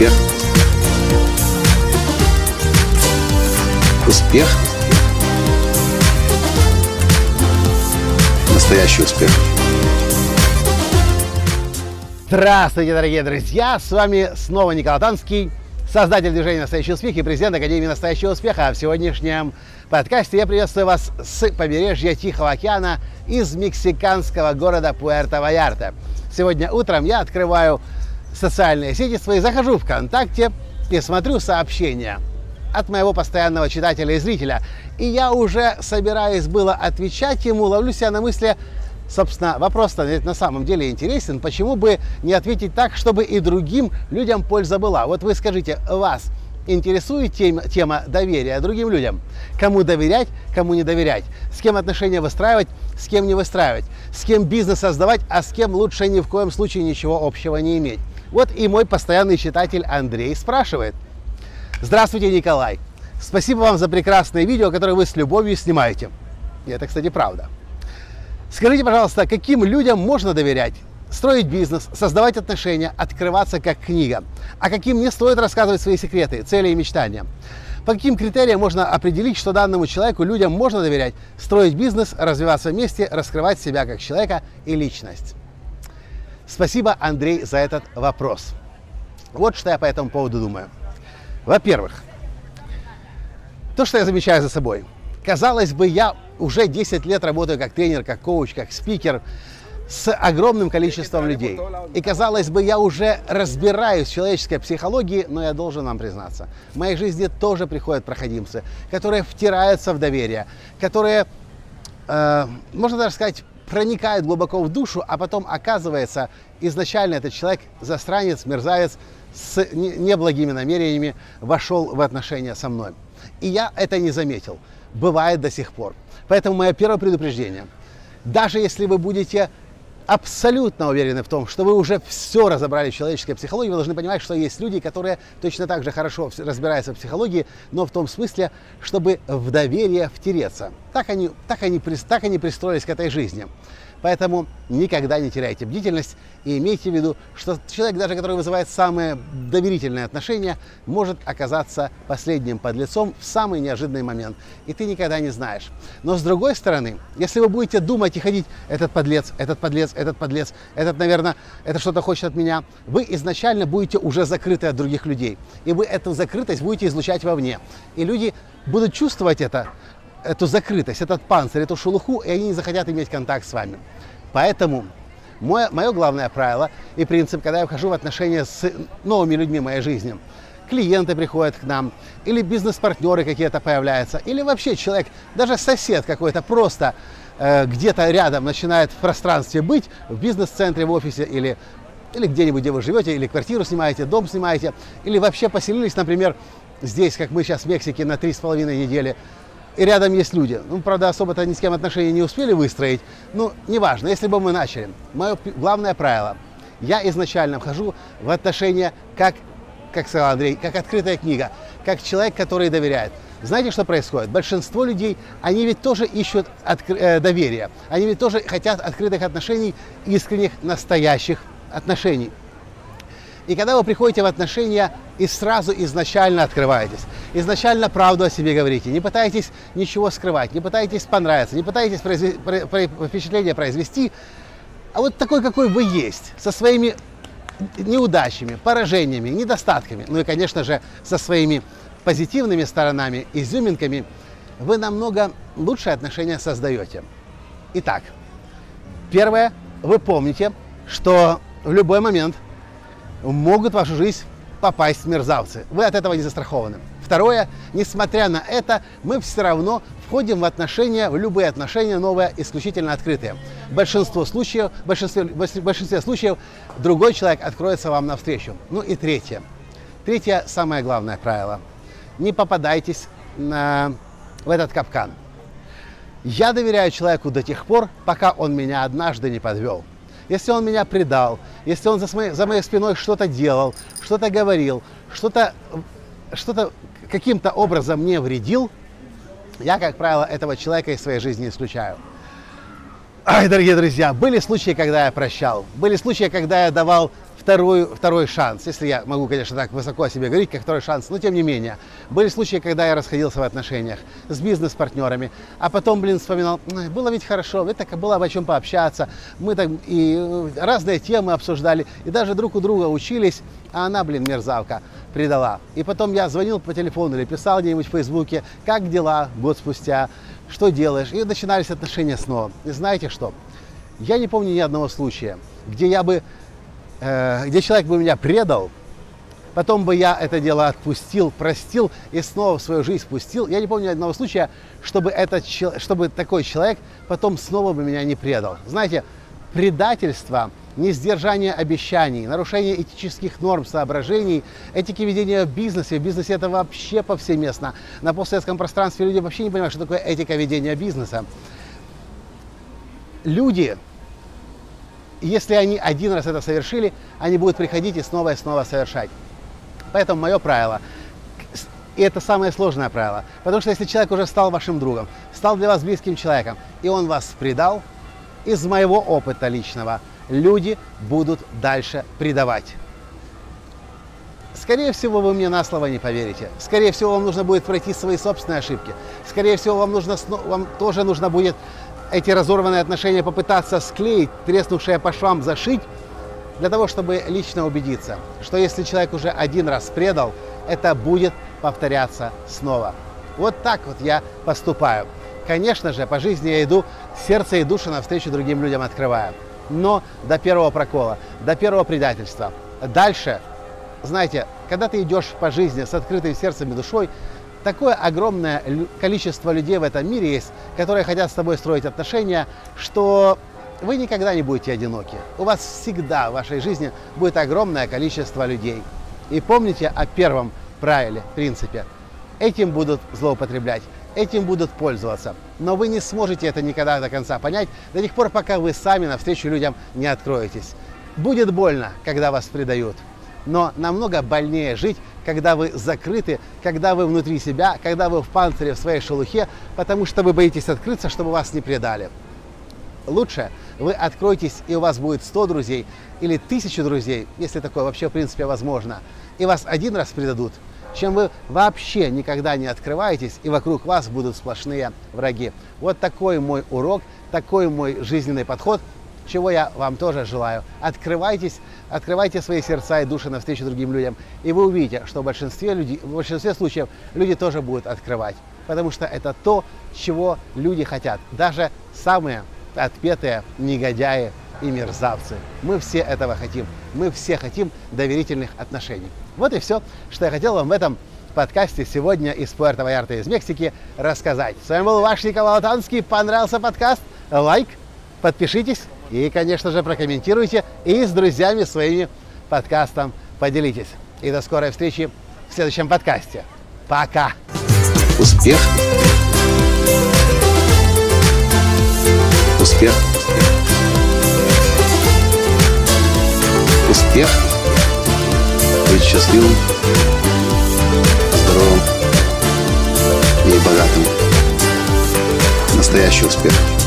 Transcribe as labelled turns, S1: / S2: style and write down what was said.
S1: Успех. Успех. Настоящий успех.
S2: Здравствуйте, дорогие друзья! С вами снова Николай Танский, создатель движения «Настоящий успех» и президент Академии «Настоящего успеха». А в сегодняшнем подкасте я приветствую вас с побережья Тихого океана из мексиканского города Пуэрто-Вальярта. Сегодня утром я открываю социальные сети свои, захожу в ВКонтакте и смотрю сообщения от моего постоянного читателя и зрителя. И я уже собираюсь было отвечать ему, ловлю себя на мысли, собственно, вопрос-то на самом деле интересен, почему бы не ответить так, чтобы и другим людям польза была. Вот вы скажите, вас интересует тема доверия другим людям? Кому доверять, кому не доверять? С кем отношения выстраивать, с кем не выстраивать? С кем бизнес создавать, а с кем лучше ни в коем случае ничего общего не иметь? Вот и мой постоянный читатель Андрей спрашивает. Здравствуйте, Николай. Спасибо вам за прекрасное видео, которое вы с любовью снимаете. И это, кстати, правда. Скажите, пожалуйста, каким людям можно доверять? Строить бизнес, создавать отношения, открываться как книга. А каким не стоит рассказывать свои секреты, цели и мечтания? По каким критериям можно определить, что данному человеку, людям можно доверять, строить бизнес, развиваться вместе, раскрывать себя как человека и личность? Спасибо, Андрей, за этот вопрос. Вот что я по этому поводу думаю. Во-первых, то, что я замечаю за собой. Казалось бы, я уже 10 лет работаю как тренер, как коуч, как спикер с огромным количеством людей. И казалось бы, я уже разбираюсь в человеческой психологии, но я должен вам признаться, в моей жизни тоже приходят проходимцы, которые втираются в доверие, которые, можно даже сказать, проникают глубоко в душу, а потом оказывается, изначально этот человек засранец, мерзавец, с неблагими намерениями вошел в отношения со мной. И я это не заметил. Бывает до сих пор. Поэтому мое первое предупреждение. Даже если вы будете абсолютно уверены в том, что вы уже все разобрали в человеческой психологии, вы должны понимать, что есть люди, которые точно так же хорошо разбираются в психологии, но в том смысле, чтобы в доверие втереться. Так они пристроились к этой жизни. Поэтому никогда не теряйте бдительность и имейте в виду, что человек, даже который вызывает самые доверительные отношения, может оказаться последним подлецом в самый неожиданный момент. И ты никогда не знаешь. Но с другой стороны, если вы будете думать и ходить, этот подлец, этот, наверное, это что-то хочет от меня, вы изначально будете уже закрыты от других людей. И вы эту закрытость будете излучать вовне. И люди будут чувствовать эту закрытость, этот панцирь, эту шелуху, и они не захотят иметь контакт с вами. Поэтому мое главное правило и принцип, когда я вхожу в отношения с новыми людьми в моей жизни, клиенты приходят к нам, или бизнес-партнеры какие-то появляются, или вообще человек, даже сосед какой-то просто где-то рядом начинает в пространстве быть, в бизнес-центре, в офисе или где-нибудь, где вы живете, или квартиру снимаете, дом снимаете, или вообще поселились, например, здесь, как мы сейчас в Мексике, на 3,5 недели, и рядом есть люди. Правда, особо-то ни с кем отношения не успели выстроить. Неважно, если бы мы начали. Мое главное правило. Я изначально вхожу в отношения, как сказал Андрей, как открытая книга, как человек, который доверяет. Знаете, что происходит? Большинство людей, они ведь тоже ищут доверия. Они ведь тоже хотят открытых отношений, искренних, настоящих отношений. И когда вы приходите в отношения и сразу изначально открываетесь, изначально правду о себе говорите, не пытаетесь ничего скрывать, не пытаетесь понравиться, не пытаетесь впечатление произвести, а вот такой, какой вы есть, со своими неудачами, поражениями, недостатками, и, конечно же, со своими позитивными сторонами, изюминками, вы намного лучшие отношения создаете. Итак, первое, вы помните, что в любой момент могут в вашу жизнь попасть мерзавцы. Вы от этого не застрахованы. Второе, несмотря на это, мы все равно входим в отношения, в любые отношения новые, исключительно открытые. В большинстве случаев другой человек откроется вам навстречу. И третье. Третье, самое главное правило. Не попадайтесь в этот капкан. Я доверяю человеку до тех пор, пока он меня однажды не подвел. Если он меня предал, если он за моей спиной что-то делал, что-то говорил, что-то каким-то образом мне вредил, я, как правило, этого человека из своей жизни исключаю. Ай, дорогие друзья, были случаи, когда я прощал, были случаи, когда я давал второй шанс, если я могу, конечно, так высоко о себе говорить, как второй шанс, но тем не менее. Были случаи, когда я расходился в отношениях с бизнес-партнерами, а потом, вспоминал, было ведь хорошо, ведь так было о чем пообщаться, мы так и разные темы обсуждали, и даже друг у друга учились, а она, мерзавка, предала. И потом я звонил по телефону или писал где-нибудь в Фейсбуке, как дела год спустя, что делаешь, и начинались отношения снова. И знаете что? Я не помню ни одного случая, где человек бы меня предал, потом бы я это дело отпустил, простил и снова в свою жизнь впустил. Я не помню ни одного случая, чтобы такой человек потом снова бы меня не предал. Знаете, предательство, несдержание обещаний, нарушение этических норм, соображений, этики ведения в бизнесе это вообще повсеместно. На постсоветском пространстве люди вообще не понимают, что такое этика ведения бизнеса. Люди, если они один раз это совершили, они будут приходить и снова совершать. Поэтому мое правило, и это самое сложное правило, потому что если человек уже стал вашим другом, стал для вас близким человеком, и он вас предал, из моего опыта личного, люди будут дальше предавать. Скорее всего, вы мне на слово не поверите. Скорее всего, вам нужно будет пройти свои собственные ошибки. Скорее всего, вам тоже нужно будет эти разорванные отношения попытаться склеить, треснувшие по швам зашить, для того, чтобы лично убедиться, что если человек уже один раз предал, это будет повторяться снова. Вот так вот я поступаю. Конечно же, по жизни я иду, сердце и душу навстречу другим людям открываю. Но до первого прокола, до первого предательства. Дальше, знаете, когда ты идешь по жизни с открытым сердцем и душой, такое огромное количество людей в этом мире есть, которые хотят с тобой строить отношения, что вы никогда не будете одиноки. У вас всегда в вашей жизни будет огромное количество людей. И помните о первом правиле, принципе. Этим будут злоупотреблять, этим будут пользоваться. Но вы не сможете это никогда до конца понять, до тех пор, пока вы сами навстречу людям не откроетесь. Будет больно, когда вас предают. Но намного больнее жить, когда вы закрыты, когда вы внутри себя, когда вы в панцире, в своей шелухе, потому что вы боитесь открыться, чтобы вас не предали. Лучше вы откроетесь, и у вас будет 100 друзей или 1000 друзей, если такое вообще в принципе возможно, и вас один раз предадут, чем вы вообще никогда не открываетесь, и вокруг вас будут сплошные враги. Вот такой мой урок, такой мой жизненный подход, чего я вам тоже желаю. Открывайтесь, открывайте свои сердца и души навстречу другим людям, и вы увидите, что в большинстве случаев люди тоже будут открывать, потому что это то, чего люди хотят, даже самые отпетые негодяи и мерзавцы. Мы все этого хотим. Мы все хотим доверительных отношений. Вот и все, что я хотел вам в этом подкасте сегодня из Пуэрто-Вальярта, из Мексики, рассказать. С вами был ваш Николай Латанский. Понравился подкаст? Лайк, подпишитесь и, конечно же, прокомментируйте. И с друзьями своими подкастом поделитесь. И до скорой встречи в следующем подкасте. Пока!
S1: Успех! Успех! Успех! Быть счастливым, здоровым и богатым. Настоящий успех!